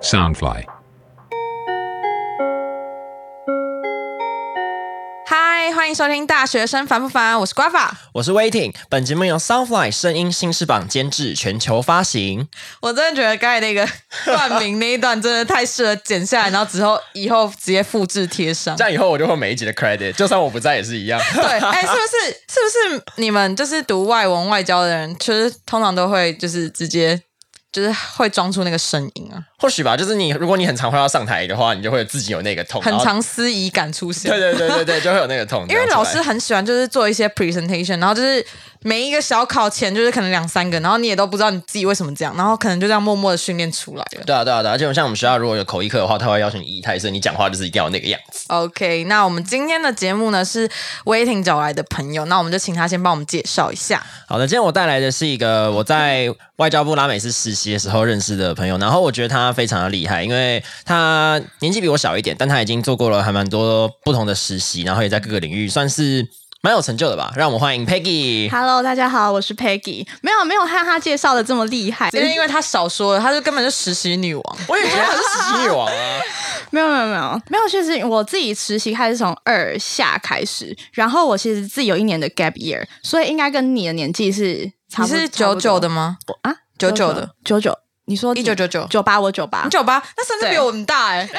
Soundfly。 嗨，欢迎收听大学生烦不烦？我是瓜法， 我是 Waiting。本节目由 Soundfly 声音新翅膀监制，全球发行。 我真的觉得刚才那个冠名那一段真的太适合剪下来，然后以后直接复制贴上。 这样以后我就会每一集的 credit， 就算我不在也是一样。 对，是不是你们就是读外文外交的人，就是通常都会就是直接就是会装出那个声音啊？ 或许吧，就是如果你很常会要上台的话，你就会自己有那个痛， 很常司仪感出现。 对，就会有那个痛。 因为老师很喜欢就是做一些 presentation， 然后就是每一个小考前就是可能2-3个，然后你也都不知道你自己为什么这样，然后可能就这样默默的训练出来了。 对啊，而且像我们学校如果有口译课的话，他会要求你仪态，所以你讲话就是一定要有那个样子。 OK， 那我们今天的节目呢是 Waiting 找来的朋友，那我们就请他先帮我们介绍一下。 好的，今天我带来的是一个我在外交部拉美斯实习的时候认识的朋友，然后我觉得他非常的厉害，因为他年纪比我小一点，但他已经做过了还蛮多不同的实习，然后也在各个领域算是蛮有成就的吧。让我们欢迎 Peggy。Hello， 大家好，我是 Peggy。没有和他介绍的这么厉害， 因为他少说了，他就根本就实习女王。 我也觉得他是实习女王啊。 没有，其实我自己实习开始从2下开始，然后我其实自己有1年的 gap year， 所以应该跟你的年纪是差不多。 你是99的吗？ 啊 ，99的 ，99。你说 1999 98，我98， 你98，那甚至比我们大没有这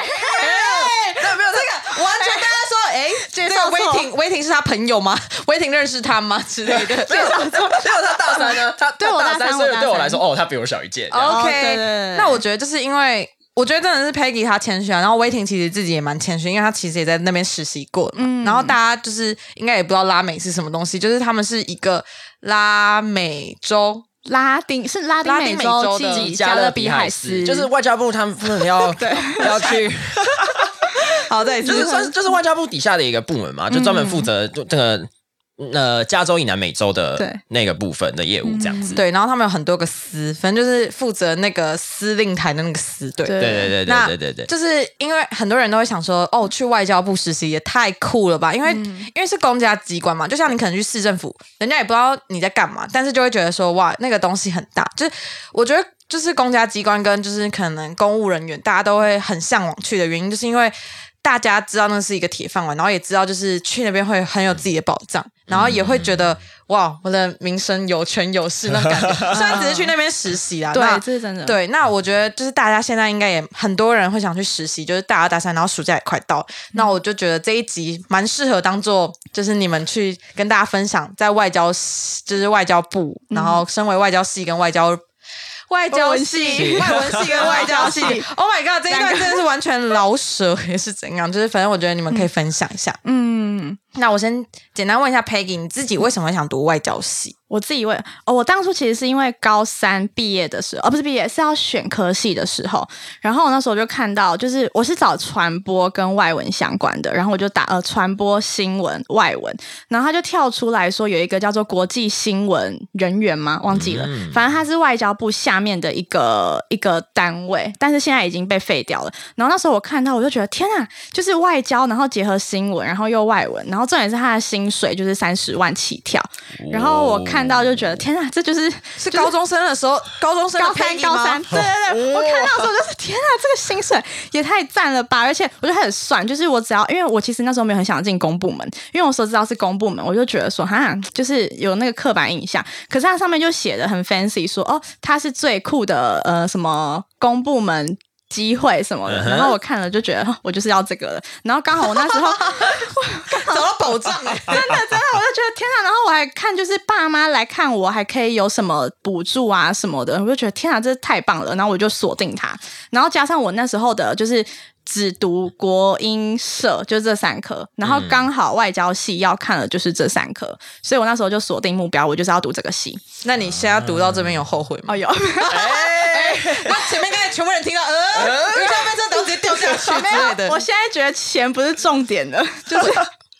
个完全大家说介绍错 Waiting 是他朋友吗？Waiting 认识他吗之类的？ 没有他大3呢，他对我大3， 所以对我来说，他比我小一届。 OK， 那我觉得就是因为我觉得真的是 Peggy 她谦虚啊，然后 Waiting 其实自己也蛮谦虚，因为他其实也在那边实习过嘛。然后大家就是应该也不知道拉美是什么东西，就是他们是一个拉美洲。 拉丁美洲及加勒比海斯， 就是外交部他们要去， 好，对， 就是外交部底下的一个部门嘛，就专门负责这个加州以南美洲的那个部分的业务这样子。 对，然后他们有很多个司，反正就是负责那个司令台的那个司。对，就是因为很多人都会想说，去外交部实习也太酷了吧？因为是公家机关嘛，就像你可能去市政府，人家也不知道你在干嘛，但是就会觉得说，哇，那个东西很大。就是我觉得，就是公家机关跟就是可能公务人员，大家都会很向往去的原因，就是因为大家知道那是一个铁饭碗，然后也知道就是去那边会很有自己的保障，然后也会觉得哇，我的名声有权有势那种感觉。虽然只是去那边实习啦， 对，这是真的。 对，那我觉得就是大家现在应该也很多人会想去实习，就是大2、大3，然后暑假也快到。那我就觉得这一集蛮适合当做就是你们去跟大家分享在外交就是外交部，然后身为外交系跟外交系、外文系跟外交系，Oh my god， 这一段真的是完全老舍也是怎样？就是反正我觉得你们可以分享一下。那我先简单问一下 Peggy， 你自己为什么会想读外交系？ 我自己我当初其实是因为高3毕业的时候，不是毕业，是要选科系的时候，然后我那时候就看到，就是我是找传播跟外文相关的，然后我就打传播新闻外文，然后他就跳出来说有一个叫做国际新闻人员吗？忘记了，反正他是外交部下面的一个单位，但是现在已经被废掉了。然后那时候我看到，我就觉得天啊，就是外交，然后结合新闻，然后又外文，然后重点是他的薪水就是30万起跳，然后我看到就觉得天啊，这就是高中生的时候，高中生的Peggy吗？ 高三，对，我看到的时候就是天啊，这个薪水也太赞了吧！而且我就开始算，就是我只要，因为我其实那时候没有很想进公部门，因为我所知道是公部门，我就觉得说哈，就是有那个刻板印象。可是它上面就写的很 fancy， 说它是最酷的什么公部门机会什么的，然后我看了就觉得我就是要这个了，然后刚好我那时候找到保障真的， 我就觉得天啊！然后我还看就是爸妈来看我还可以有什么补助啊什么的，我就觉得天啊，这太棒了，然后我就锁定它，然后加上我那时候的就是只读国英社，就这3科，然后刚好外交系要看的就是这3科，所以我那时候就锁定目标，我就是要读这个系。 那你现在读到这边有后悔吗？ 有。 那前面刚才全部人听到云霄飞车，然后直接掉下去之类的。 我现在觉得钱不是重点了，就是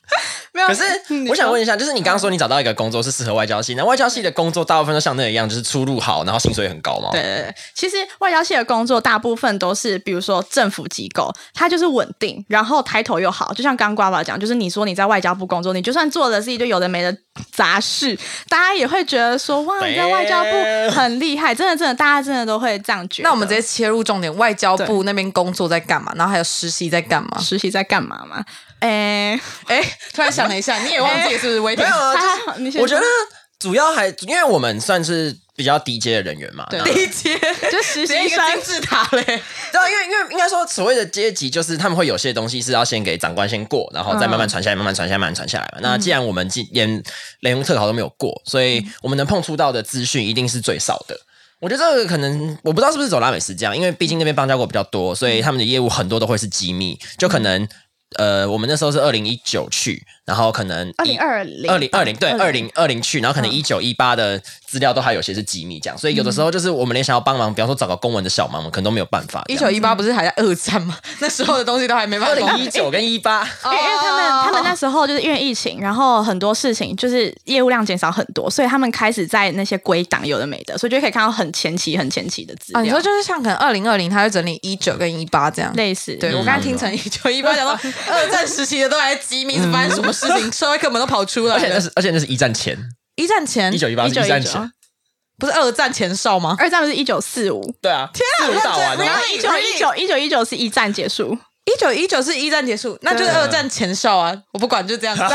没有。 可是我想问一下，就是你刚刚说你找到一个工作是适合外交系，那外交系的工作大部分都像那一样，就是出入好，然后薪水很高吗？ 对对对，其实外交系的工作大部分都是，比如说政府机构，它就是稳定，然后抬头又好。就像刚瓜爸讲，就是你说你在外交部工作，你就算做的是一堆有的没的杂事，大家也会觉得说，哇，你在外交部很厉害，真的，大家真的都会这样觉得。 那我们直接切入重点，外交部那边工作在干嘛？然后还有实习在干嘛？ 实习在干嘛嘛？ 突然想了一下，你也忘记是不是？没有啊，我觉得主要因为我们算是比较低阶的人员嘛， 对，低阶就实习生金字塔嘞。 对啊，因为应该说所谓的阶级，就是他们会有些东西是要先给长官先过，然后再慢慢传下来，慢慢传下来，慢慢传下来嘛。那既然我们连雷蒙特考都没有过，所以我们能碰触到的资讯一定是最少的。我觉得这个可能我不知道是不是走拉美斯这样，因为毕竟那边邦交国比较多，所以他们的业务很多都会是机密，就可能。我们那时候是2019去，然后可能2020对2020去，然后可能19、18的资料都还有些是机密这样，所以有的时候就是我们连想要帮忙，比方说找个公文的小忙，可能都没有办法。 19、18不是还在二战吗？那时候的东西都还没办法。 2019跟18， 因为他们那时候就是因为疫情，然后很多事情就是业务量减少很多，所以他们开始在那些归档有的没的，所以就可以看到很前期的资料。 你说就是像可能2020，他会整理19跟18这样类似。 对我刚才听成19、18，讲到二战时期的都还机密，是发生什么事情，社会课本都跑出来了。 而且那是一战前 ，19、18 是一战前， 不是二战前哨吗？ 二战不是1945？ 对啊， 天啊， 打完了。 然后1919是一战结束。 1919是一战结束，那就是二战前哨啊！我不管，就这样子。Oh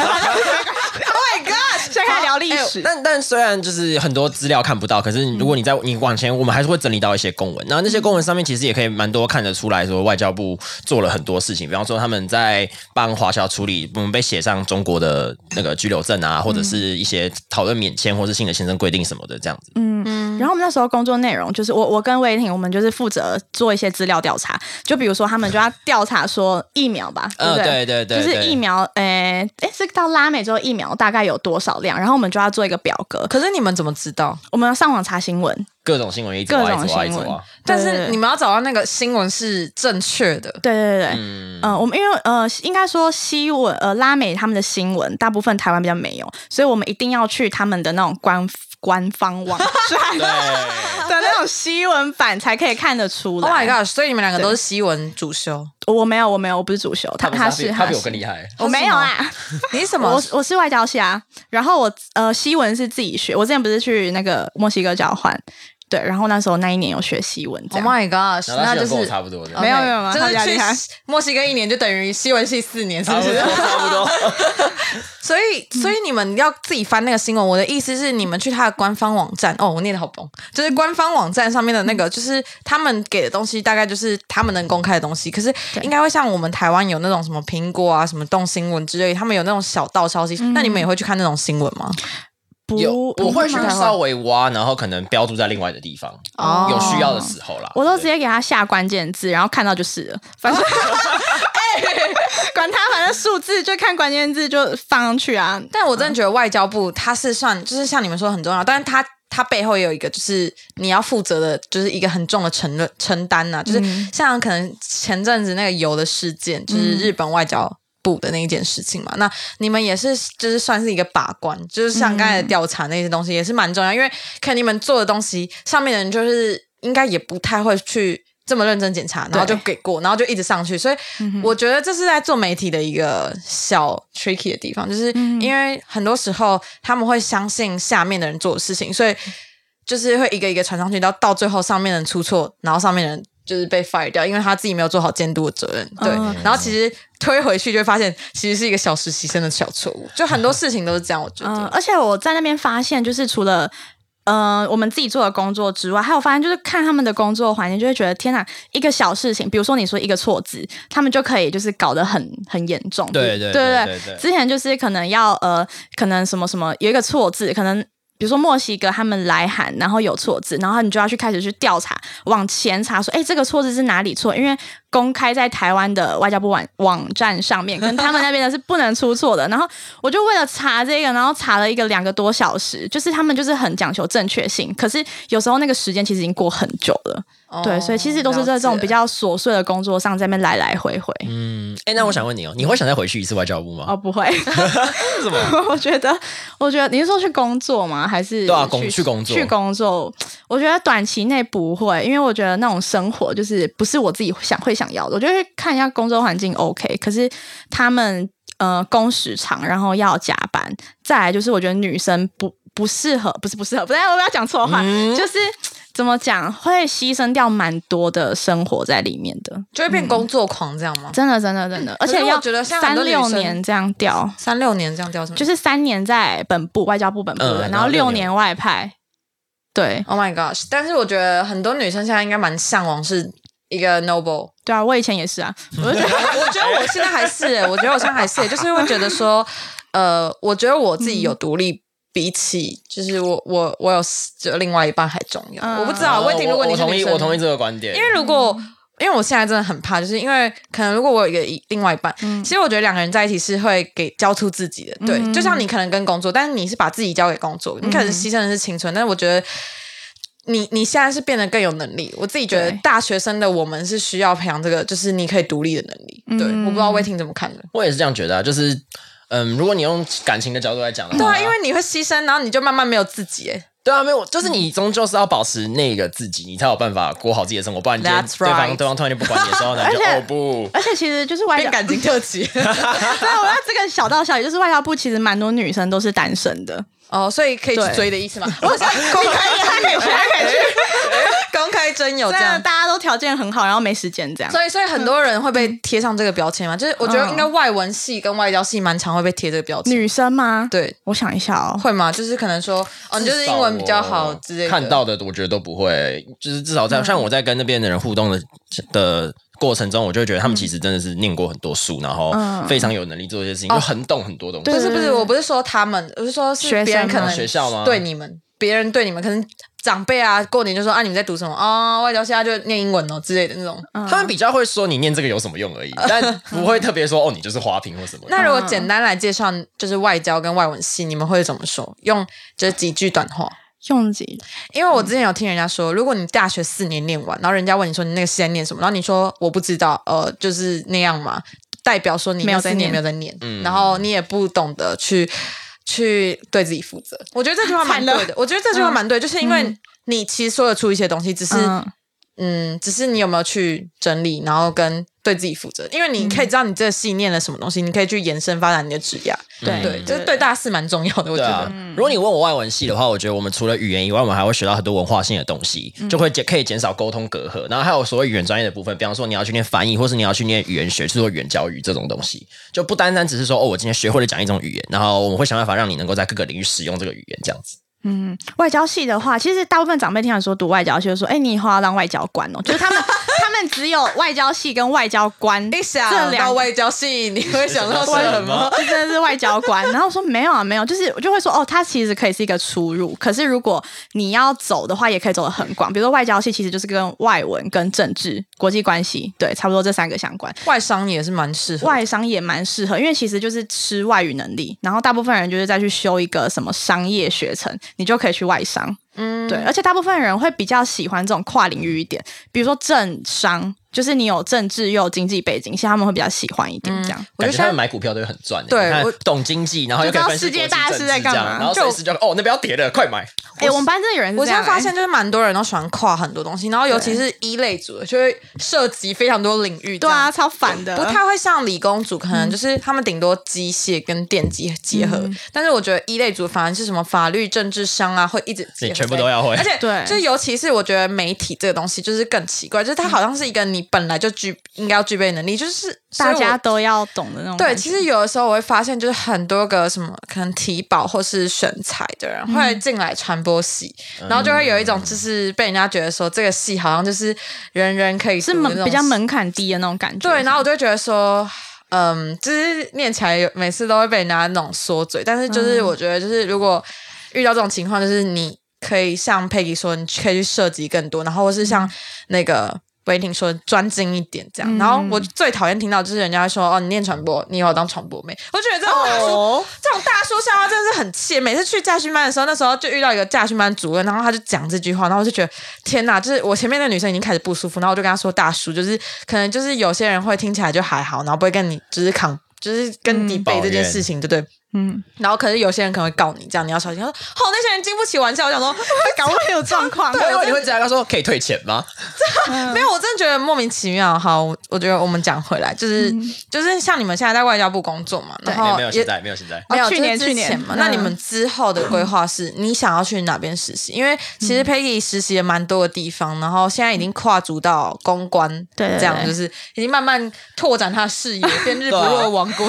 my god！ 现在开始聊历史。 但虽然就是很多资料看不到，可是如果你往前，我们还是会整理到一些公文。然后那些公文上面其实也可以蛮多看得出来说，外交部做了很多事情。比方说他们在帮华侨处理我们被写上中国的那个居留证啊，或者是一些讨论免签或是新的签证规定什么的这样子。 然后我们那时候工作内容就是我跟魏婷，我们就是负责做一些资料调查。就比如说他们就要调查说疫苗吧，对不对？ 对， 就是疫苗，是到拉美之后疫苗大概有多少量，然后我们就要做一个表格。 可是你们怎么知道？ 我们要上网查新闻， 各种新闻一直挖。 但是你们要找到那个新闻是正确的。 对，我们因为应该说西文拉美他们的新闻大部分台湾比较没有，所以我们一定要去他们的那种官方网站的那种西文版才可以看得出来。 Oh my god！ 所以你们两个都是西文主修？ 我没有，我不是主修，他比我更厉害。 我没有啊， 你是什么？ 我是外交系啊，然后我西文是自己学。我之前不是去那个墨西哥交换。对，然后那时候那一年有学西文这样。 Oh my god！ 那就是差不多的。 没有， 就是去墨西哥1年就等于西文系4年，是不是？ 差不多。 所以你们要自己翻那个新闻。我的意思是，你们去他的官方网站。我念得好崩，就是官方网站上面的那个，就是他们给的东西，大概就是他们能公开的东西。可是应该会像我们台湾有那种什么苹果啊、什么动新闻之类，他们有那种小道消息。那你们也会去看那种新闻吗？ 我会去稍微挖，然后可能标注在另外的地方，有需要的时候啦。 我都直接给他下关键字，然后看到就是了，反正管他，反正数字就看关键字就放上去啊。 但我真的觉得外交部它是算就是像你们说很重要，但是它背后也有一个就是你要负责的，就是一个很重的承担呐，就是像可能前阵子那个油的事件，就是日本外交部的那一件事情嘛，那你们也是就是算是一个把关，就是像刚才的调查那些东西也是蛮重要，因为可能你们做的东西上面的人就是应该也不太会去这么认真检查，然后就给过，然后就一直上去，所以我觉得这是在做媒体的一个小 tricky 的地方，就是因为很多时候他们会相信下面的人做的事情，所以就是会一个一个传上去，到最后上面的人出错，然后上面的人就是被 fire 掉，因为他自己没有做好监督的责任，对，然后其实推回去就会发现其实是一个小实习生的小错误，就很多事情都是这样，我觉得。 而且我在那边发现，就是除了我们自己做的工作之外，还有发现就是看他们的工作环境，就会觉得天哪，一个小事情，比如说你说一个错字，他们就可以就是搞得很严重。 对。 之前就是可能要可能什么什么有一个错字，可能比如说墨西哥他们来函，然后有错字，然后你就要开始去调查，往前查说，这个错字是哪里错？因为公开在台湾的外交部网站上面，跟他们那边的是不能出错的。然后我就为了查这个，然后查了2个多小时，就是他们就是很讲求正确性，可是有时候那个时间其实已经过很久了。对，所以其实都是在这种比较琐碎的工作上，在那边来来回回。 那我想问你哦，你会想再回去一次外交部吗？ 不会。 为什么？ 我觉得你是说去工作吗？还是对啊，去工作？ 去工作，我觉得短期内不会，因为我觉得那种生活就是不是我自己会想要的。我觉得看一下工作环境 OK， 可是他们工时长，然后要加班，再来就是我觉得女生不适合，不适合，不对，我不要讲错话，就是怎么讲，会牺牲掉蛮多的生活在里面的， 就会变工作狂这样吗？ 真的，而且要3-6年这样调 ，3-6年这样调什么？ 就是3年在本部外交部本部的，然后6年外派。对 ，Oh my gosh！ 但是我觉得很多女生现在应该蛮向往是一个 noble。 对啊，我以前也是啊。 我觉得我现在还是，我觉得我现在还是，就是会觉得说，我觉得我自己有独立。比起就是我有另外一半还重要，我不知道。魏婷，如果你是女生， 我同意这个观点， 因为因为我现在真的很怕，就是因为可能如果我有另外一半，其实我觉得2个人在一起是会交出自己的，对，就像你可能跟工作，但是你是把自己交给工作，你可能牺牲的是青春，但是我觉得你现在是变得更有能力。我自己觉得大学生的我们是需要培养这个，就是你可以独立的能力。对，我不知道魏婷怎么看的。 我也是这样觉得，就是。如果你用感情的角度来讲的话， 对啊，因为你会牺牲，然后你就慢慢没有自己。 对啊，没有，就是你终究是要保持那个自己，你才有办法过好自己的生活。不然，对方突然就不管你的时候，那就不。 而且其实就是外交感情特辑。对， 我要这个小道消息，就是外交部其实蛮多女生都是单身的。 所以可以去追的意思吗？我想公开可以去，公开真有这样， 大家都条件很好，然后没时间这样。 所以很多人会被贴上这个标签嘛？就是我觉得应该外文系跟外交系蛮常会被贴这个标签。 女生吗？ 对， 我想一下哦， 会吗？就是可能说你就是英文比较好之类的。 看到的我觉得都不会，就是至少像我在跟那边的人互动的过程中，我就会觉得他们其实真的是念过很多书，然后非常有能力做这些事情，就很懂很多东西。 不是，我不是说他们，我是说是别人可能学校吗？ 对你们，别人对你们可能长辈啊，过年就说你们在读什么外交系就念英文之类的那种。 他们比较会说你念这个有什么用而已，但不会特别说你就是花瓶或什么。 那如果简单来介绍就是外交跟外文系，你们会怎么说？用就是几句短话。因为我之前有听人家说，如果你大学4年念完，然后人家问你说你那个系在念什么，然后你说我不知道，就是那样嘛，代表说你那4年没有在念，然后你也不懂得去对自己负责。我觉得这句话蛮对的，我觉得这句话蛮对，就是因为你其实说得出一些东西，只是你有没有去整理，然后跟对自己负责。因为你可以知道你这个系念了什么东西，你可以去延伸发展你的职业。对，这对大四蛮重要的，我觉得。 如果你问我外文系的话，我觉得我们除了语言以外，我们还会学到很多文化性的东西，就可以减少沟通隔阂。然后还有所谓语言专业的部分，比方说你要去念翻译，或是你要去念语言学，去做语言教育这种东西，就不单单只是说我今天学会了讲一种语言，然后我们会想办法让你能够在各个领域使用这个语言，这样子。 外交系的话，其实大部分长辈听人说读外交系，就说你以后要当外交官哦，就是他们只有外交系跟外交官。 一想到外交系，你会想到什么？ 就真的是外交官。然后我说没有，就是我就会说它其实可以是一个出入，可是如果你要走的话，也可以走得很广。比如说外交系其实就是跟外文、跟政治、国际关系，对，差不多这3个相关。 外商也是蛮适合， 外商也蛮适合，因为其实就是吃外语能力，然后大部分人就是再去修一个什么商业学程，你就可以去外商。对，而且大部分人会比较喜欢这种跨领域一点，比如说政商，就是你有政治又有经济背景，其实他们会比较喜欢一点这样。 我觉得他们买股票都会很赚。 对， 我懂经济，然后又可以分析世界大事在干嘛， 然后随时就那不要跌了，快买。 我们班真的有人是这样。 我现在发现就是蛮多人都喜欢跨很多东西，然后尤其是一类组的，就会涉及非常多领域。 对啊，超烦的， 不太会像理工组，可能就是他们顶多机械跟电机结合。但是我觉得一类组反而是什么法律、政治、商啊，会一直结合， 全部都要会。 而且对， 就是尤其是我觉得媒体这个东西就是更奇怪，就是它好像是一个你本来就应该要具备能力，就是大家都要懂的那种。 对，其实有的时候我会发现，就是很多个什么可能体保或是选材的人会进来传播系，然后就会有一种就是被人家觉得说这个系好像就是人人可以读的那种， 是比较门槛低的那种感觉。 对，然后我就会觉得说。就是念起来每次都会被人家那种说嘴，但是就是我觉得就是如果遇到这种情况，就是你可以像 Peggy 说，你可以去涉及更多，然后或是像那个维婷说专精一点这样。然后我最讨厌听到就是人家会说哦，你念传播，你以后当传播妹。我觉得这种大叔笑话真的是很气。每次去驾训班的时候，那时候就遇到一个驾训班主任，然后他就讲这句话，然后我就觉得天哪，就是我前面的女生已经开始不舒服，然后我就跟他说大叔，就是可能就是有些人会听起来就还好，然后不会跟你就是跟你背这件事情，对不对？然后可是有些人可能会告你，这样你要小心。他说：“那些人经不起玩笑。”我想说， 搞不好有状况。 对，你会这样？他说可以退钱吗？ 没有，我真的觉得莫名其妙。好，我觉得我们讲回来，就是像你们现在在外交部工作嘛，然后没有现在， 没有去年嘛。那你们之后的规划是你想要去哪边实习？因为其实 Peggy 实习也蛮多的地方，然后现在已经跨足到公关， 对， 这样就是已经慢慢拓展他的视野，变日不落王国。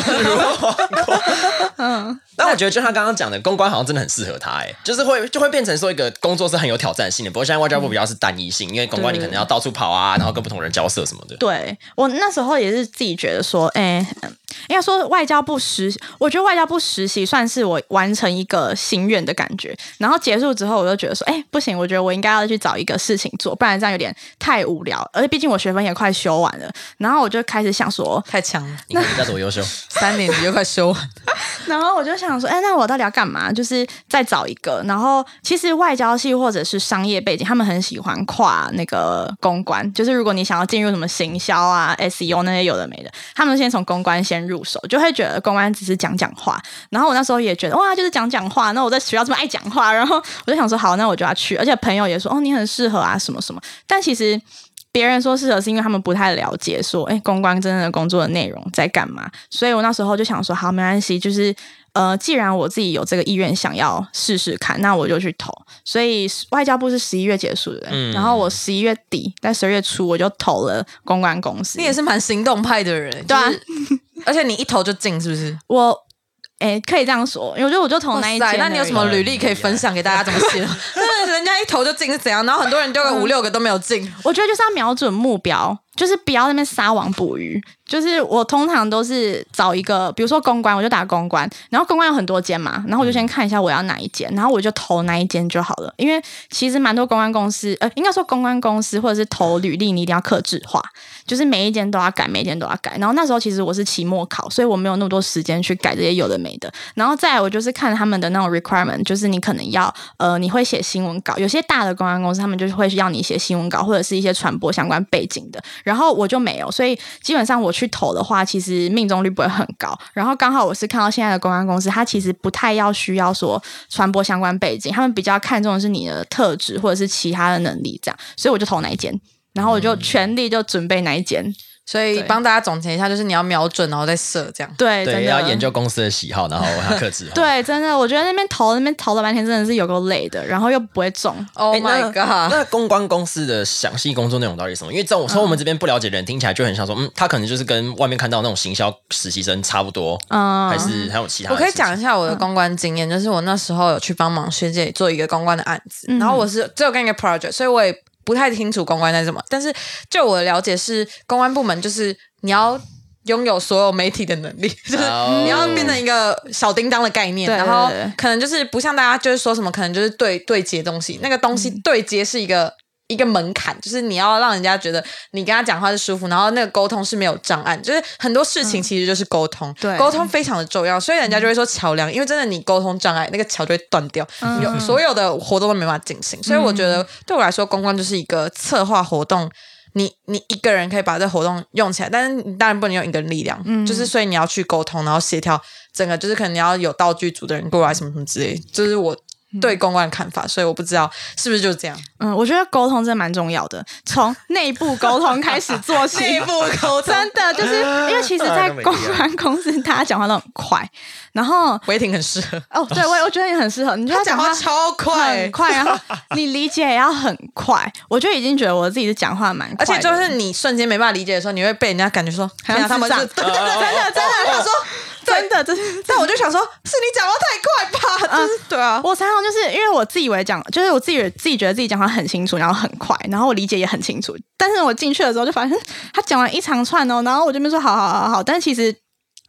但我觉得就他刚刚讲的公关好像真的很适合他，就是就会变成说一个工作是很有挑战性的。不过现在外交部比较是单一性，因为公关你可能要到处跑啊，然后跟不同人交涉什么的。 对，我那时候也是自己觉得说，应该说我觉得外交部实习算是我完成一个心愿的感觉。然后结束之后，我就觉得说，不行，我觉得我应该要去找一个事情做，不然这样有点太无聊。而且毕竟我学分也快修完了，然后我就开始想说， 太强了， 你看人家多优秀 ，3年级就快修完。 然后我就想说，那我到底要干嘛？就是再找一个。然后其实外交系或者是商业背景，他们很喜欢跨那个公关。就是如果你想要进入什么行销啊、SEO 那些有的没的，他们先从公关先入手，就会觉得公关只是讲话。然后我那时候也觉得哇，就是讲话。那我在学校这么爱讲话，然后我就想说好，那我就要去。而且朋友也说你很适合啊，什么什么。但其实别人说适合是因为他们不太了解说公关真正的工作的内容在干嘛。所以我那时候就想说好，没关系，就是既然我自己有这个意愿想要试试看，那我就去投。所以外交部是11月结束的，然后我11月底在12月初我就投了公关公司。 你也是蛮行动派的人，对啊，而且你一投就进，是不是？ 我可以这样说，因为我就投那一间。 那你有什么履历可以分享给大家怎么写？就是人家一投就进是怎样，然后很多人丢个5-6个都没有进。 我觉得就是要瞄准目标，就是不要在那边撒网捕鱼。就是我通常都是找一个，比如说公关，我就打公关，然后公关有很多间嘛，然后我就先看一下我要哪一间，然后我就投那一间就好了。因为其实蛮多公关公司，应该说公关公司或者是投履历，你一定要客制化，就是每一间都要改，每一间都要改。然后那时候其实我是期末考，所以我没有那么多时间去改这些有的没的。然后再来我就是看他们的那种 requirement， 就是你可能要你会写新闻稿，有些大的公关公司他们就会要你写新闻稿或者是一些传播相关背景的，然后我就没有，所以基本上我去投的话，其实命中率不会很高。然后刚好我是看到现在的公关公司，它其实不太需要说传播相关背景，他们比较看重的是你的特质或者是其他的能力这样，所以我就投那一间，然后我就全力就准备那一间。 所以帮大家总结一下，就是你要瞄准，然后再射，这样。 对，真的要研究公司的喜好，然后要客制化。 对，真的，我觉得那边投了半天，真的是有够累的，然后又不会中。 Oh my god！ 那公关公司的详细工作内容到底是什么？因为从我们这边不了解的人听起来就很像说，他可能就是跟外面看到那种行销实习生差不多，还是还有其他的。 我可以讲一下我的公关经验，就是我那时候有去帮忙学姐做一个公关的案子，然后我是只有跟一个 project， 所以我也不太清楚公关在什么，但是就我的了解是，公关部门就是你要拥有所有媒体的能力，就是你要变成一个小叮当的概念，然后可能就是不像大家就是说什么，可能就是对接东西，那个东西对接是一个门槛，就是你要让人家觉得你跟他讲话是舒服，然后那个沟通是没有障碍，就是很多事情其实就是沟通，沟通非常的重要，所以人家就会说桥梁，因为真的你沟通障碍，那个桥就会断掉，所有的活动都没办法进行，所以我觉得对我来说，公关就是一个策划活动。你一个人可以把这活动用起来，但是你当然不能用一个人力量，就是所以你要去沟通，然后协调整个，就是可能你要有道具组的人过来什么什么之类，就是我对公关的看法，所以我不知道是不是就是这样。 我觉得沟通真的蛮重要的，从内部沟通开始做起。 内部沟通真的就是因为其实在公关公司大家讲话都很快，然后维婷很适合对，我觉得你很适合，你他讲话超快很快，然后你理解也要很快。我就已经觉得我自己是讲话蛮快的， 而且就是你瞬间没办法理解的时候，你会被人家感觉说，他们是真的想说。真的，但我就想说，是你讲话太快吧？对啊， 我常常就是因为我自以为讲，就是我自己觉得自己讲话很清楚，然后很快，然后我理解也很清楚。但是我进去的时候就发现他讲完一长串哦，然后我这边说好，但是其实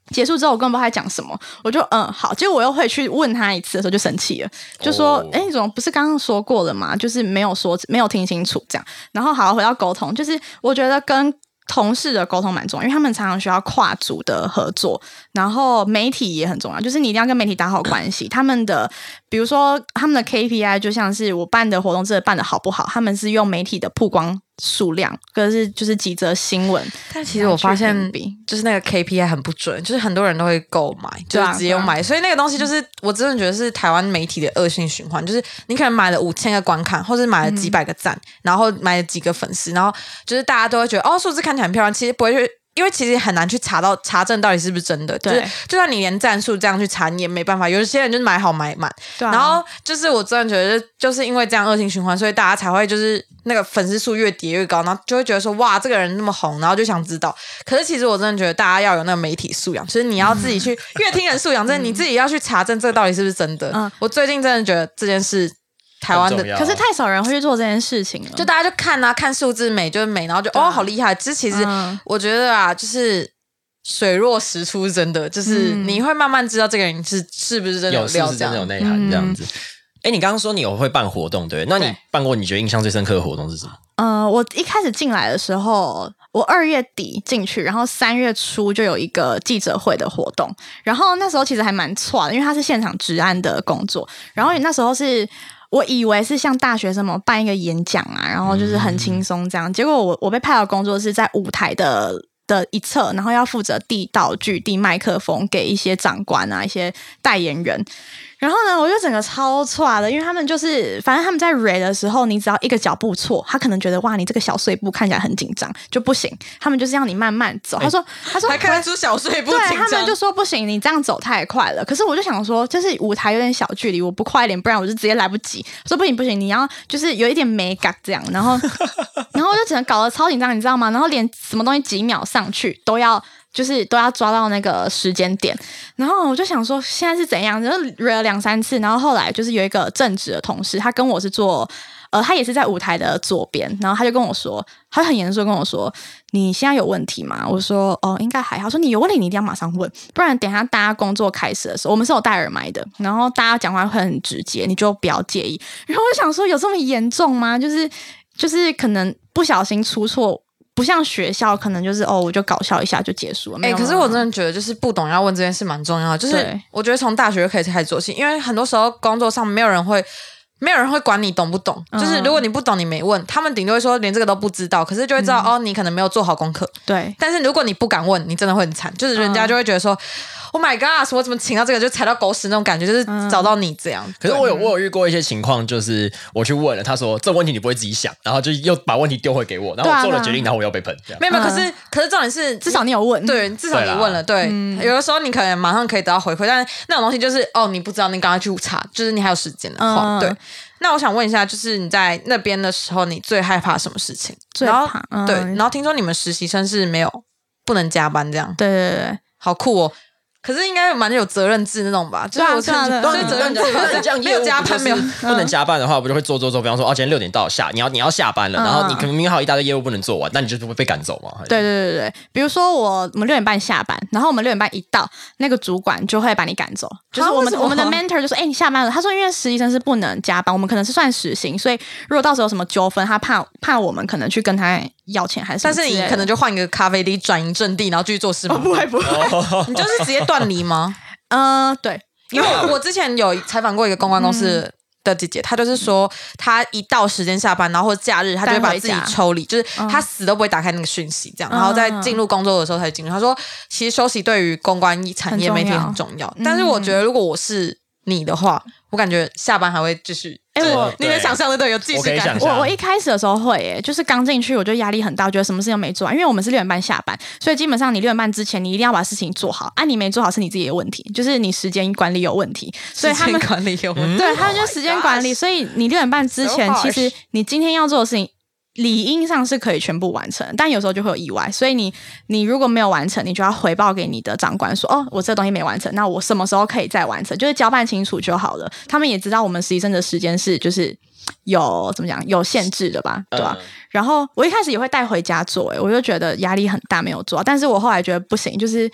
结束之后我根本不知道他讲什么，我就好，结果我又会去问他一次的时候就生气了，就说你怎么不是刚刚说过了吗？就是没有听清楚这样。然后好回到沟通，就是我觉得跟同事的沟通蛮重要，因为他们常常需要跨组的合作，然后媒体也很重要，就是你一定要跟媒体打好关系。他们的比如说他们的 KPI 就像是我办的活动这办的好不好，他们是用媒体的曝光数量，可是就是几则新闻。 但其实我发现就是那个 KPI 很不准，就是很多人都会购买，就是直接买，所以那个东西就是我真的觉得是台湾媒体的恶性循环，就是你可能买了5000个观看，或是买了几百个赞，然后买了几个粉丝，然后就是大家都会觉得数字看起来很漂亮，其实不会去。因为其实很难去查证到底是不是真的，就是就算你连战术这样去查，你也没办法。有些人就是买好买满，然后就是我真的觉得，就是因为这样恶性循环，所以大家才会就是那个粉丝数越叠越高，然后就会觉得说哇，这个人那么红，然后就想知道。可是其实我真的觉得大家要有那个媒体素养，就是你要自己去乐听人素养，真的你自己要去查证这个到底是不是真的。我最近真的觉得这件事。台湾的， 可是太少人会去做这件事情了。 就大家就看啊，看数字美就是美，然后就好厉害。其实我觉得啊，就是水落石出，真的就是你会慢慢知道这个人是不是真的有料， 是真的有内涵这样子。你刚刚说你有会办活动，对？那你办过你觉得印象最深刻的活动是什么？ 我一开始进来的时候，我2月底进去，然后3月初就有一个记者会的活动，然后那时候其实还蛮错的，因为它是现场治安的工作，然后那时候是。我以为是像大学生们办一个演讲啊，然后就是很轻松这样。结果我被派到工作是在舞台的一侧，然后要负责递道具、递麦克风给一些长官啊、一些代言人。然后呢，我就整个超挫的，因为他们就是反正他们在 re 的时候，你只要一个脚步错，他可能觉得哇，你这个小碎步看起来很紧张，就不行。他们就是要你慢慢走。他说还看得出小碎步紧张。 对，他们就说不行，你这样走太快了。可是我就想说，就是舞台有点小距离，我不快一点，不然我就直接来不及。我说不行，你要就是有一点美感这样。然后我就只能搞得超紧张，你知道吗？然后连什么东西几秒上去都要抓到那个时间点，然后我就想说现在是怎样，就惹了2-3次，然后后来就是有一个正职的同事，他跟我是做他也是在舞台的左边，然后他就跟我说，他很严肃跟我说，你现在有问题吗？我说应该还好。说你有问题你一定要马上问，不然等一下大家工作开始的时候，我们是有戴耳麦的，然后大家讲话会很直接，你就不要介意。然后我就想说有这么严重吗？就是可能不小心出错。不像学校可能就是我就搞笑一下就结束了。 可是我真的觉得就是不懂要问这件事蛮重要的，就是我觉得从大学就可以开始做起，因为很多时候工作上没有人会管你懂不懂，就是如果你不懂你没问，他们顶多会说连这个都不知道，可是就会知道你可能没有做好功课。 对， 但是如果你不敢问，你真的会很惨，就是人家就会觉得说Oh my god！ 我怎么请到这个就踩到狗屎那种感觉，就是找到你这样。 可是我有遇过一些情况，就是我去问了，他说这问题你不会自己想，然后就又把问题丢回给我，然后我做了决定，然后我又被喷。 没有，可是重点是至少你有问， 对，至少你问了，对。有的时候你可能马上可以得到回馈，但是那种东西就是你不知道，你赶快去查，就是你还有时间的话，对。那我想问一下，就是你在那边的时候，你最害怕什么事情？ 最怕对，然后听说你们实习生是不能加班这样， 对， 好酷哦。可是应该蛮有责任制那种吧？就是我对责任制， 这样没有加班，没有不能加班的话，我就会做。比方说，今天6点到你要下班了，然后你可能明明还有一大堆业务不能做完，那你就会被赶走嘛？ 对。比如说我们6点半下班，然后我们6点半一到，那个主管就会把你赶走。就是我们的 mentor 就说：“你下班了。”他说：“因为实习生是不能加班，我们可能是算时薪，所以如果到时候有什么纠纷，他怕我们可能去跟他要钱还是什么之类的。” 但是你可能就换一个咖啡厅转移阵地，然后继续做事吗？ 不会， 你就是直接断离吗？ 对， 因为我之前有采访过一个公关公司的姐姐，她就是说，她一到时间下班，然后或者假日，她就会把自己抽离，就是她死都不会打开那个讯息，这样，然后在进入工作的时候才进入。她说，其实休息对于公关产业媒体很重要，但是我觉得如果我是你的话，我感觉下班还会继续。你能想象的有既视感。 我一开始的时候会就是刚进去我就压力很大，我觉得什么事情都没做完，因为我们是6点半下班，所以基本上你6点半之前你一定要把事情做好你没做好是你自己的问题，就是你时间管理有问题，所以他们时间管理有问题， 对，他们就时间管理，所以你6点半之前其实你今天要做的事情理应上是可以全部完成，但有时候就会有意外，所以你如果没有完成，你就要回报给你的长官说，我这个东西没完成，那我什么时候可以再完成，就是交办清楚就好了。他们也知道我们实习生的时间是就是有怎么讲有限制的吧，对吧？然后我一开始也会带回家做，我就觉得压力很大没有做，但是我后来觉得不行，就是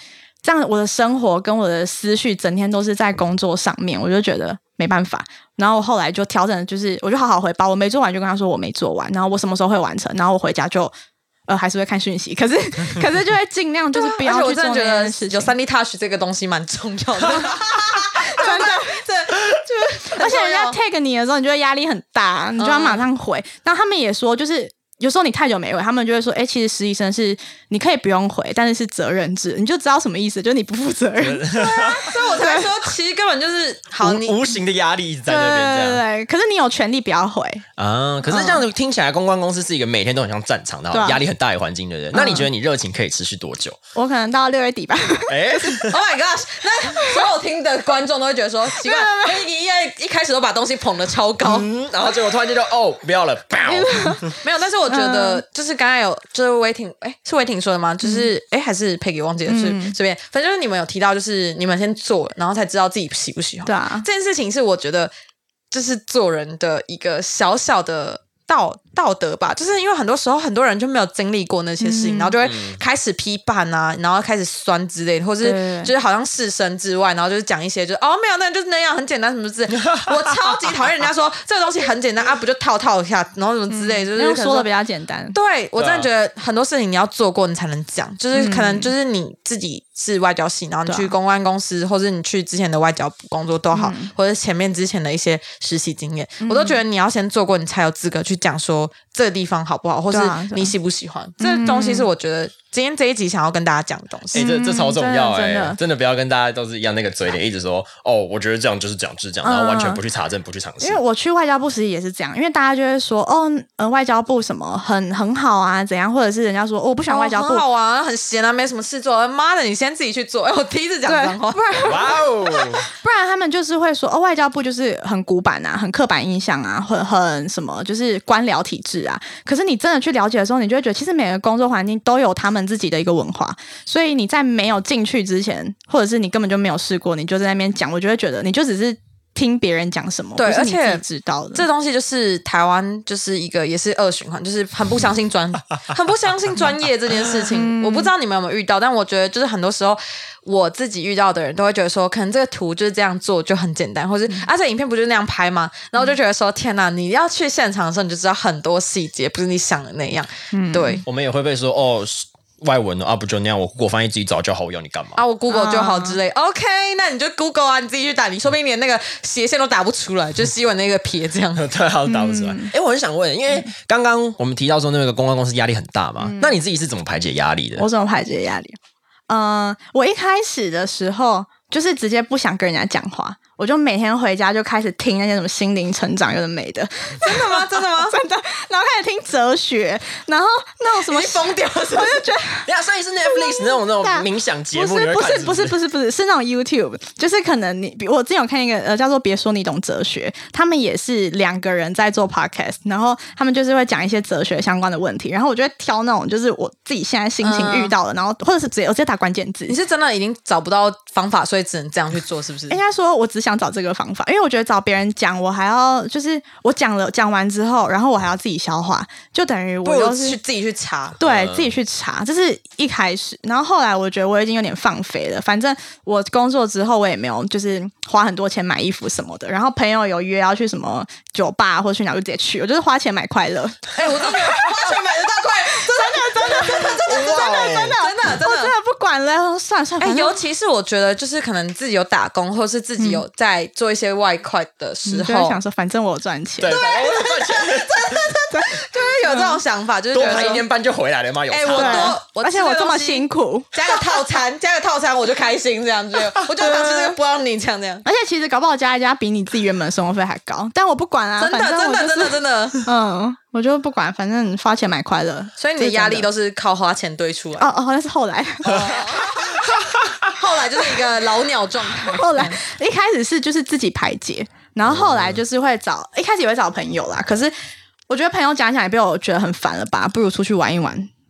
这样我的生活跟我的思绪整天都是在工作上面，我就觉得没办法。然后我后来就调整，就是我就好好回报，我没做完就跟他说我没做完，然后我什么时候会完成，然后我回家就还是会看讯息，可是就会尽量就是不要去做那件事情。 有 3D Touch 这个东西蛮重要的，真的， 就是而且人家 tag 你的时候，你就会压力很大，你就要马上回。然后他们也说，就是有时候你太久没回，他们就会说，其实实习生是你可以不用回，但是责任制，你就知道什么意思，就是你不负责任。 对啊，所以我才说，其实根本就是好，你无形的压力一直在那边这样。 对，可是你有权利不要回啊。可是这样子听起来，公关公司是一个每天都很像战场，然后压力很大的环境的人。那你觉得你热情可以持续多久？ 我可能到6月底吧。 Oh my gosh！ 那所有听的观众都会觉得说，奇怪，一开始都把东西捧得超高， 然后结果突然间就不要了， 没有。但是我觉得，就是刚才有，就是伟霆，是伟霆说的吗？就是还是Peggy忘记了，是随便，反正就是你们有提到，就是你们先做了，然后才知道自己喜不喜欢。 对啊， 这件事情是我觉得，就是做人的一个小小的道德吧，就是因为很多时候很多人就没有经历过那些事情，然后就会开始批判啊，然后开始酸之类的，或是就是好像视身之外，然后就是讲一些就是没有，那就是那样很简单什么之类。我超级讨厌人家说这个东西很简单啊，不就套一下，然后什么之类，就是说的比较简单。 对，我真的觉得很多事情你要做过你才能讲，就是可能就是你自己是外交系，然后你去公关公司，或者你去之前的外交部工作都好，或者前面之前的一些实习经验，我都觉得你要先做过，你才有资格去讲说这个地方好不好，或是你喜不喜欢。这东西是我觉得今天这一集想要跟大家讲的东西。 这超重要真的不要跟大家都是一样那个嘴脸，一直说我觉得这样就是这样就是这样，然后完全不去查证不去尝试。 因为我去外交部实习也是这样，因为大家就会说外交部什么很好啊怎样，或者是人家说我不喜欢外交部， 很好啊很闲啊没什么事做，妈的你先自己去做。我第一次讲脏话， 不然他们就是会说外交部就是很古板啊，很刻板印象啊，很什么就是官僚体制啊。可是你真的去了解的时候，你就会觉得其实每个工作环境都有他们自己的一个文化，所以你在没有进去之前，或者是你根本就没有试过，你就在那边讲，我就会觉得你就只是听别人讲什么， 对， 而且知道的这东西就是台湾就是一个也是恶循环，就是很不相信很不相信专业这件事情。我不知道你们有没有遇到，但我觉得就是很多时候我自己遇到的人都会觉得说，可能这个图就是这样做就很简单，或是这影片不就是那样拍吗？然后我就觉得说，天哪，你要去现场的时候，你就知道很多细节不是你想的那样。对， 我们也会被说外文不就那样？我 Google 翻译自己找就好，我要你干嘛？ 我 Google 就好之类。OK， 那你就 Google 啊，你自己去打，你说不定连那个斜线都打不出来，就西文那个撇这样。 对，都打不出来。我很想问，因为刚刚我们提到说那个公关公司压力很大嘛，那你自己是怎么排解压力的？ 我怎么排解压力？我一开始的时候就是直接不想跟人家讲话。我就每天回家就开始听那些什么心灵成长有的没的。 真的吗？真的吗？ 真的。然后开始听哲学，然后那种什么疯掉了是不是？ 我就觉得所以是 Netflix 那种冥想节目， 不是是那种 YouTube， 就是可能我之前有看一个叫做别说你懂哲学，他们也是2个人在做 podcast， 然后他们就是会讲一些哲学相关的问题，然后我就会挑那种就是我自己现在心情遇到的，然后或者是我直接打关键字。 你是真的已经找不到方法，所以只能这样去做，是不是？ 应该说我只想找这个方法，因为我觉得找别人讲，我还要就是我讲完之后，然后我还要自己消化，就等于我就是自己去查， 对，自己去查，这是一开始。然后后来我觉得我已经有点放飞了，反正我工作之后我也没有就是花很多钱买衣服什么的，然后朋友有约要去什么酒吧或者去哪就直接去，我就是花钱买快乐。 我真的花钱买得到快乐，真的， 我真的不管了，算了。 尤其是我觉得就是可能自己有打工，或是自己有在做一些外快的时候， 就会想说反正我有赚钱， 对，我有赚钱， 对，就会有这种想法，就是多拍1年半就回来了嘛，有而且我这么辛苦， 加个套餐我就开心，这样子，我就想吃这个不让你这样。 而且其实搞不好加一加比你自己原本的生活费还高，但我不管啊， 真的， 我就不管，反正花钱买快乐。 所以你的压力都是靠花钱堆出来。 那是后来。 后来就是一个老鸟状态。 后来一开始是就是自己排解，然后后来就是会一开始也会找朋友啦。可是我觉得朋友讲一讲也被我觉得很烦了吧，不如出去玩一玩。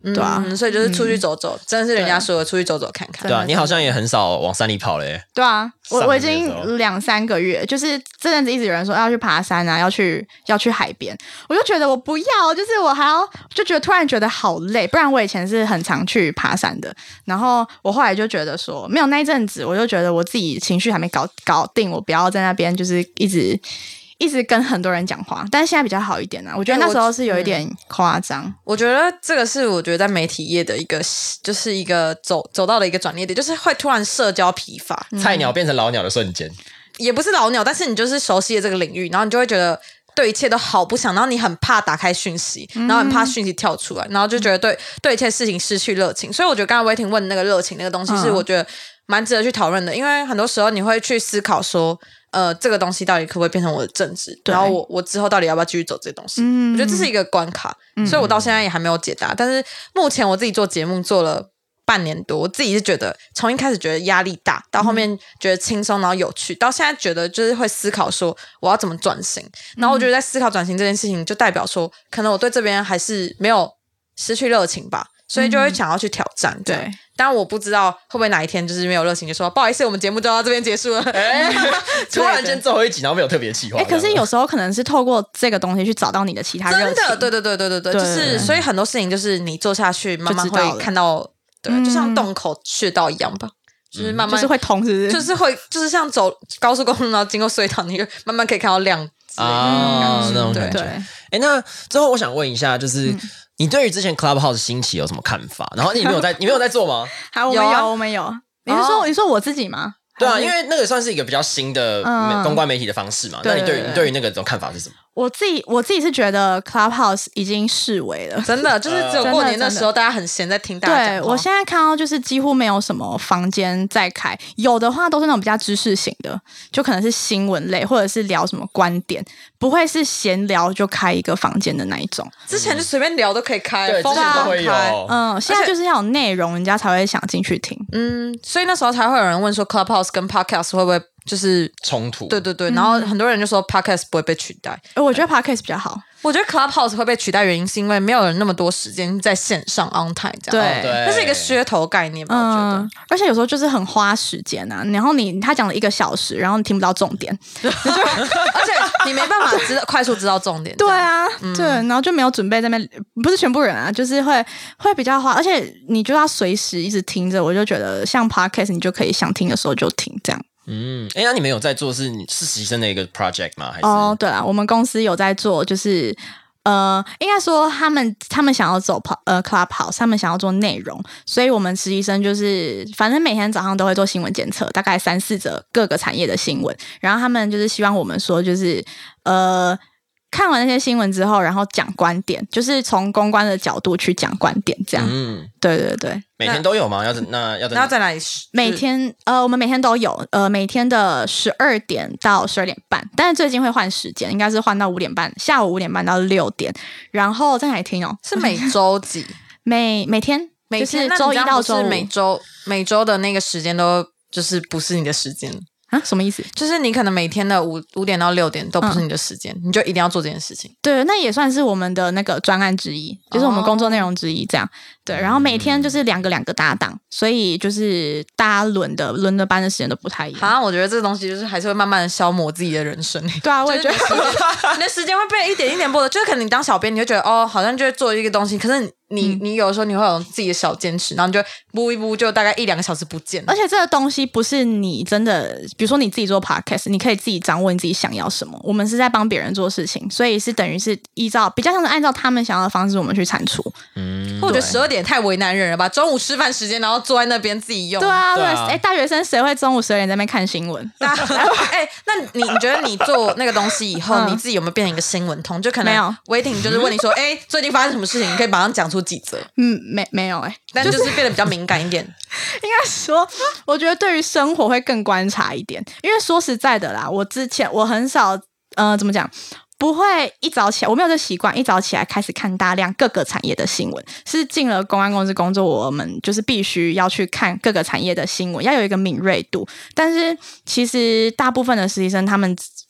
对啊， 所以就是出去走走，真的是人家说的出去走走看看。 对啊，你好像也很少往山里跑嘞。 对啊，我已经2-3个月，就是这阵子一直有人说要去爬山啊，要去海边，我就觉得我不要，就是我还要就觉得突然觉得好累，不然我以前是很常去爬山的，然后我后来就觉得说没有那一阵子，我就觉得我自己情绪还没搞定，我不要在那边就是一直跟很多人讲话，但是现在比较好一点啊。我觉得那时候是有一点夸张。 我觉得这个是我觉得在媒体业的一个，就是一个走到的一个转捩点，就是会突然社交疲乏， 菜鸟变成老鸟的瞬间。 也不是老鸟，但是你就是熟悉了这个领域，然后你就会觉得对一切都好不想，然后你很怕打开讯息，然后很怕讯息跳出来，然后就觉得对一切事情失去热情。所以我觉得刚才威霆问那个热情那个东西，是我觉得蛮值得去讨论的，因为很多时候你会去思考说。这个东西到底可不可以变成我的正职？然后我之后到底要不要继续走这些东西？我觉得这是一个关卡，所以我到现在也还没有解答。但是目前我自己做节目做了半年多，我自己是觉得从一开始觉得压力大，到后面觉得轻松然后有趣，到现在觉得就是会思考说我要怎么转型。然后我觉得在思考转型这件事情，就代表说可能我对这边还是没有失去热情吧。所以就会想要去挑战，对。但我不知道会不会哪一天就是没有热情，就说不好意思，我们节目就到这边结束了。 突然间最后一集，然后没有特别企划。 可是有时候可能是透过这个东西去找到你的其他热情。 真的，对，就是所以很多事情就是你做下去，慢慢会看到，对，就像洞口穴道一样吧。就是慢慢就是会通，是不是？ 就是会，就是像走高速公路，然后经过隧道，你就慢慢可以看到亮那种感觉。那最后我想问一下，就是你对于之前 Clubhouse 兴起有什么看法？然后你没有在做吗？ 好，我们有。你说我自己吗？ 对啊，因为那个算是一个比较新的公关媒体的方式嘛。那你对于那个种看法是什么？ 我自己是觉得 Clubhouse 已经式微了， 真的就是只有过年的时候大家很闲在听大家讲话。 对，我现在看到就是几乎没有什么房间在开，有的话都是那种比较知识型的，就可能是新闻类或者是聊什么观点，不会是闲聊就开一个房间的那一种。 之前就随便聊都可以开， 对，之前都会有。 现在就是要有内容，人家才会想进去听。 所以那时候才会有人问说 Clubhouse 跟 Podcast 会不会就是冲突？ 对，然后很多人就说 Podcast 不会被取代。 我觉得 Podcast 比较好。 我觉得 Clubhouse 会被取代原因是因为没有人那么多时间在线上 on time 这样。 对， 那是一个噱头概念吧，我觉得。 而且有时候就是很花时间啊，然后他讲了1个小时，然后你听不到重点， 而且你没办法快速知道重点。 对啊，对，然后就没有准备在那边，不是全部人啊，就是会比较花，而且你就要随时一直听着，我就觉得像 Podcast 你就可以想听的时候就听这样。 那你们有在做是实习生的一个 project 吗？还是对啊，我们公司有在做，就是应该说他们想要走Clubhouse， 他们想要做内容，所以我们实习生就是反正每天早上都会做新闻检测，大概3-4则各个产业的新闻，然后他们就是希望我们说就是看完那些新闻之后，然后讲观点，就是从公关的角度去讲观点，这样。对， 每天都有吗？要在哪里？ 每天我们每天都有，每天的12点到12点半，但是最近会换时间，应该是换到5点半，下午5点半到6点，然后在哪里听哦？ 是每周几？ 每天就是周一到周五， 每周的那个时间都就是不是你的时间。 什么意思？ 就是你可能每天的5点到6点都不是你的时间，你就一定要做这件事情。 对，那也算是我们的那个专案之一，就是我们工作内容之一这样。对，然后每天就是两个搭档，所以就是大家轮的班的时间都不太一样。 我觉得这个东西就是还是会慢慢的消磨自己的人生。 对啊，我也觉得你的时间会被一点一点剥夺，就是可能你当小编，你会觉得好像就会做一个东西，可是你有的时候你会有自己的小坚持，然后你就播一播，就大概1-2个小时不见了。 而且这个东西不是你真的，比如说你自己做 podcast， 你可以自己掌握你自己想要什么。我们是在帮别人做事情，所以是等于是比较像是按照他们想要的方式，我们去产出。 我觉得12点太为难人了吧？中午吃饭时间，然后坐在那边自己用。 对啊。大学生谁会中午12点在那边看新闻？ 那你觉得你做那个东西以后，你自己有没有变成一个新闻通？就可能没有威霆就是问你说，最近发生什么事情？你可以马上讲出几则。 没有但就是变得比较敏感一点。 应该说，我觉得对于生活会更观察一点，因为说实在的啦，我很少怎么讲。不会一早起来，我没有这习惯，一早起来开始看大量各个产业的新闻。是进了公关公司工作，我们就是必须要去看各个产业的新闻，要有一个敏锐度。但是其实大部分的实习生他们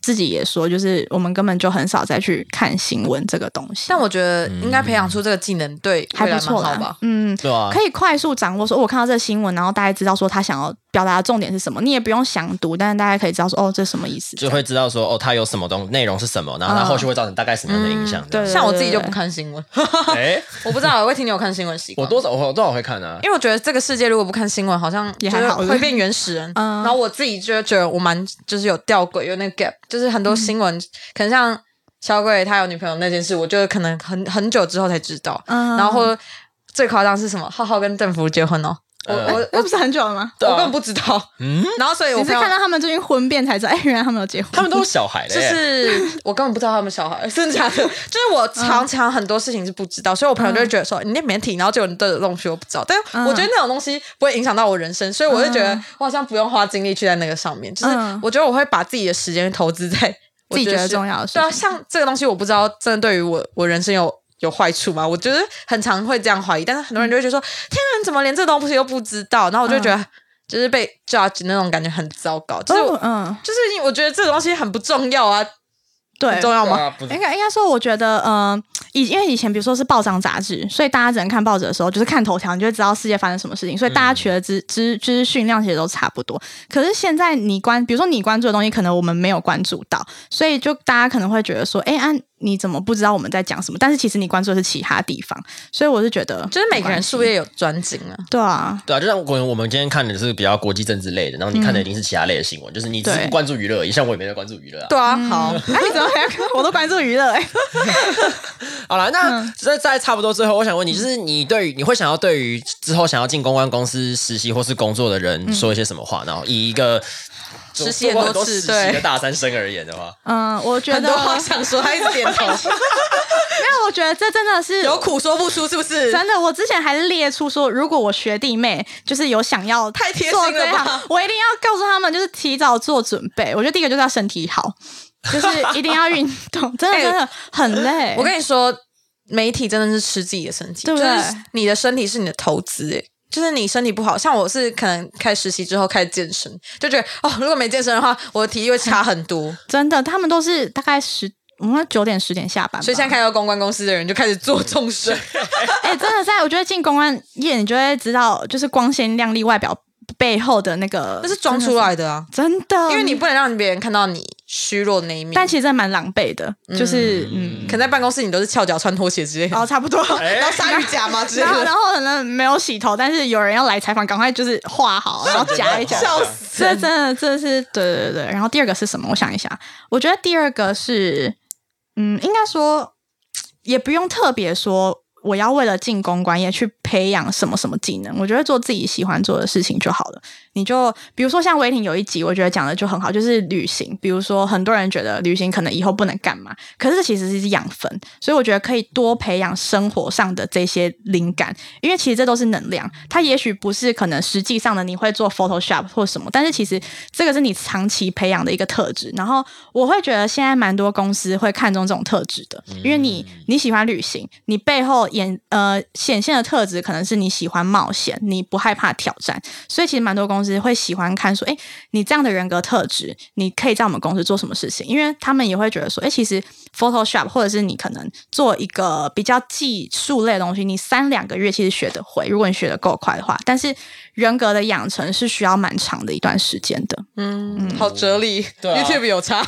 自己也说，就是我们根本就很少再去看新闻这个东西。 但我觉得应该培养出这个技能，对还不错吧？ 对啊， 可以快速掌握说，我看到这个新闻，然后大概知道说他想要表达的重点是什么，你也不用详读，但是大家可以知道说，哦，这是什么意思， 就会知道说，哦，它有什么内容是什么，然后它后续会造成大概什么样的影响。 对， 像我自己就不看新闻，我不知道，我听你有看新闻习惯， 我多少会看啊， 因为我觉得这个世界如果不看新闻，好像也还好， 会变原始人。然后我自己就觉得我蛮就是有吊诡，有那个 gap， 就是很多新闻可能像小鬼他有女朋友那件事，我就可能很久之后才知道。然后或者最夸张是什么，浩浩跟邓福结婚哦。 那不是很久了吗？ 我根本不知道。然后所以我是看到他们最近婚变才知道，原来他们有结婚。 他们都有小孩了， 就是我根本不知道他们小孩，真的假的？就是我常常很多事情是不知道，所以我朋友就会觉得说你那媒体，然后就有人对的东西我不知道。但是我觉得那种东西不会影响到我人生，所以我就觉得我好像不用花精力去在那个上面。就是我觉得我会把自己的时间投资在自己觉得重要的事情。 对啊，像这个东西我不知道真的对于我人生有坏处吗？我觉得很常会这样怀疑，但是很多人就会觉得说：“天啊，你怎么连这东西都不知道？”然后我就觉得，就是被 judge 那种感觉很糟糕。就是就是我觉得这个东西很不重要啊。 对， 很重要吗？ 应该说，我觉得，因为以前比如说是报章杂志，所以大家只能看报纸的时候，就是看头条，你就会知道世界发生什么事情，所以大家取的资讯量其实都差不多。可是现在比如说你关注的东西，可能我们没有关注到，所以就大家可能会觉得说，你怎么不知道我们在讲什么？但是其实你关注的是其他地方，所以我是觉得， 就是每个人术业有专精啊。 对啊， 对啊，就像我们今天看的是比较国际政治类的，然后你看的一定是其他类的新闻，就是你只是关注娱乐而已，像我也没在关注娱乐啊。 对啊，好， 你怎么我都关注娱乐好了，那在差不多最后，我想问你，就是你会想要对于之后想要进公关公司实习或是工作的人说一些什么话？然后以一个实习很多次的大三生而言的话， 我觉得很多话想说，他一直点头。 没有，我觉得这真的是有苦说不出，是不是？ 真的，我之前还列出说，如果我学弟妹就是有想要太贴心了吧， 我一定要告诉他们，就是提早做准备。我觉得第一个就是要身体好，就是一定要运动，真的很累。 我跟你说，媒体真的是吃自己的身体， 对不对？ 就是你的身体是你的投资，就是你身体不好，像我是可能开实习之后开始健身，就觉得如果没健身的话，我的体力会差很多。 真的，他们都是大概我们9点10点下班， 所以现在看到公关公司的人就开始做重视。 真的我觉得进公关业，你就会知道，就是光鲜亮丽外表背后的那个， 那是装出来的啊， 真的， 因为你不能让别人看到你虚弱的那一面。 但其实真的蛮狼狈的，就是可能在办公室你都是翘脚穿拖鞋之类的， 差不多， 然后鲨鱼夹嘛之类的， 然后可能没有洗头，但是有人要来采访，赶快就是画好，然后夹一夹， 笑死！ 这真的这是对。然后第二个是什么？我想一下，我觉得第二个是，应该说也不用特别说我要为了进公关业去培养什么什么技能，我觉得做自己喜欢做的事情就好了。你就比如说像威霆有一集我觉得讲的就很好，就是旅行。比如说很多人觉得旅行可能以后不能干嘛，可是这其实是养分，所以我觉得可以多培养生活上的这些灵感，因为其实这都是能量，它也许不是可能实际上的你会做 Photoshop 或什么，但是其实这个是你长期培养的一个特质。然后我会觉得现在蛮多公司会看重这种特质的，因为你喜欢旅行，你背后显现的特质可能是你喜欢冒险，你不害怕挑战，所以其实蛮多公司会喜欢看说，你这样的人格特质，你可以在我们公司做什么事情？因为他们也会觉得说，其实 Photoshop 或者是你可能做一个比较技术类的东西，你3-2个月其实学得会，如果你学得够快的话。但是人格的养成是需要蛮长的一段时间的。 好哲理， 对啊 ，YouTube 有差。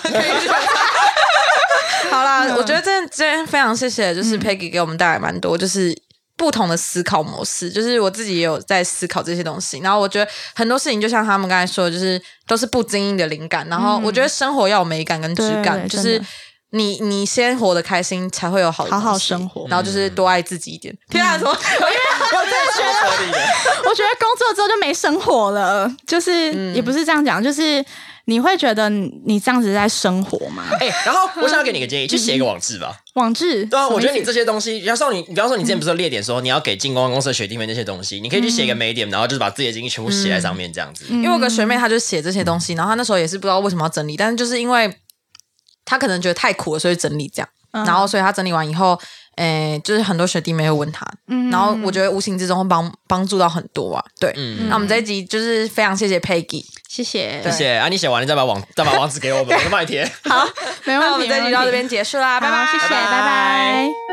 好啦，我觉得今天非常谢谢，就是 Peggy 给我们带来蛮多，就是不同的思考模式，就是我自己也有在思考这些东西。然后我觉得很多事情就像他们刚才说的，就是都是不经意的灵感。然后我觉得生活要有美感跟质感，就是你先活得开心，才会有好生活。 然后就是多爱自己一点。天啊，什么？因为我真的觉得，我觉得工作之后就没生活了，就是也不是这样讲，就是你会觉得你这样子在生活吗？ 然后我想要给你个建议，去写一个网志吧。 网志？ 对啊，我觉得你这些东西，比方说你之前不是有列点说你要给进公关公司的学弟妹那些东西，你可以去写一个美点，然后就是把自己的经历全部写在上面这样子。 因为我有个学妹，她就写这些东西，然后她那时候也是不知道为什么要整理，但是就是因为她可能觉得太苦了，所以整理这样。然后所以她整理完以后， 就是很多学弟妹会问他，然后我觉得无形之中会帮助到很多啊。对，那我们这一集就是非常谢谢 Peggy， 谢谢啊！你写完你再把网址给我们，我们帮你贴。 好，没问题。那我们这一集到这边结束啦，拜拜， 谢谢，拜拜。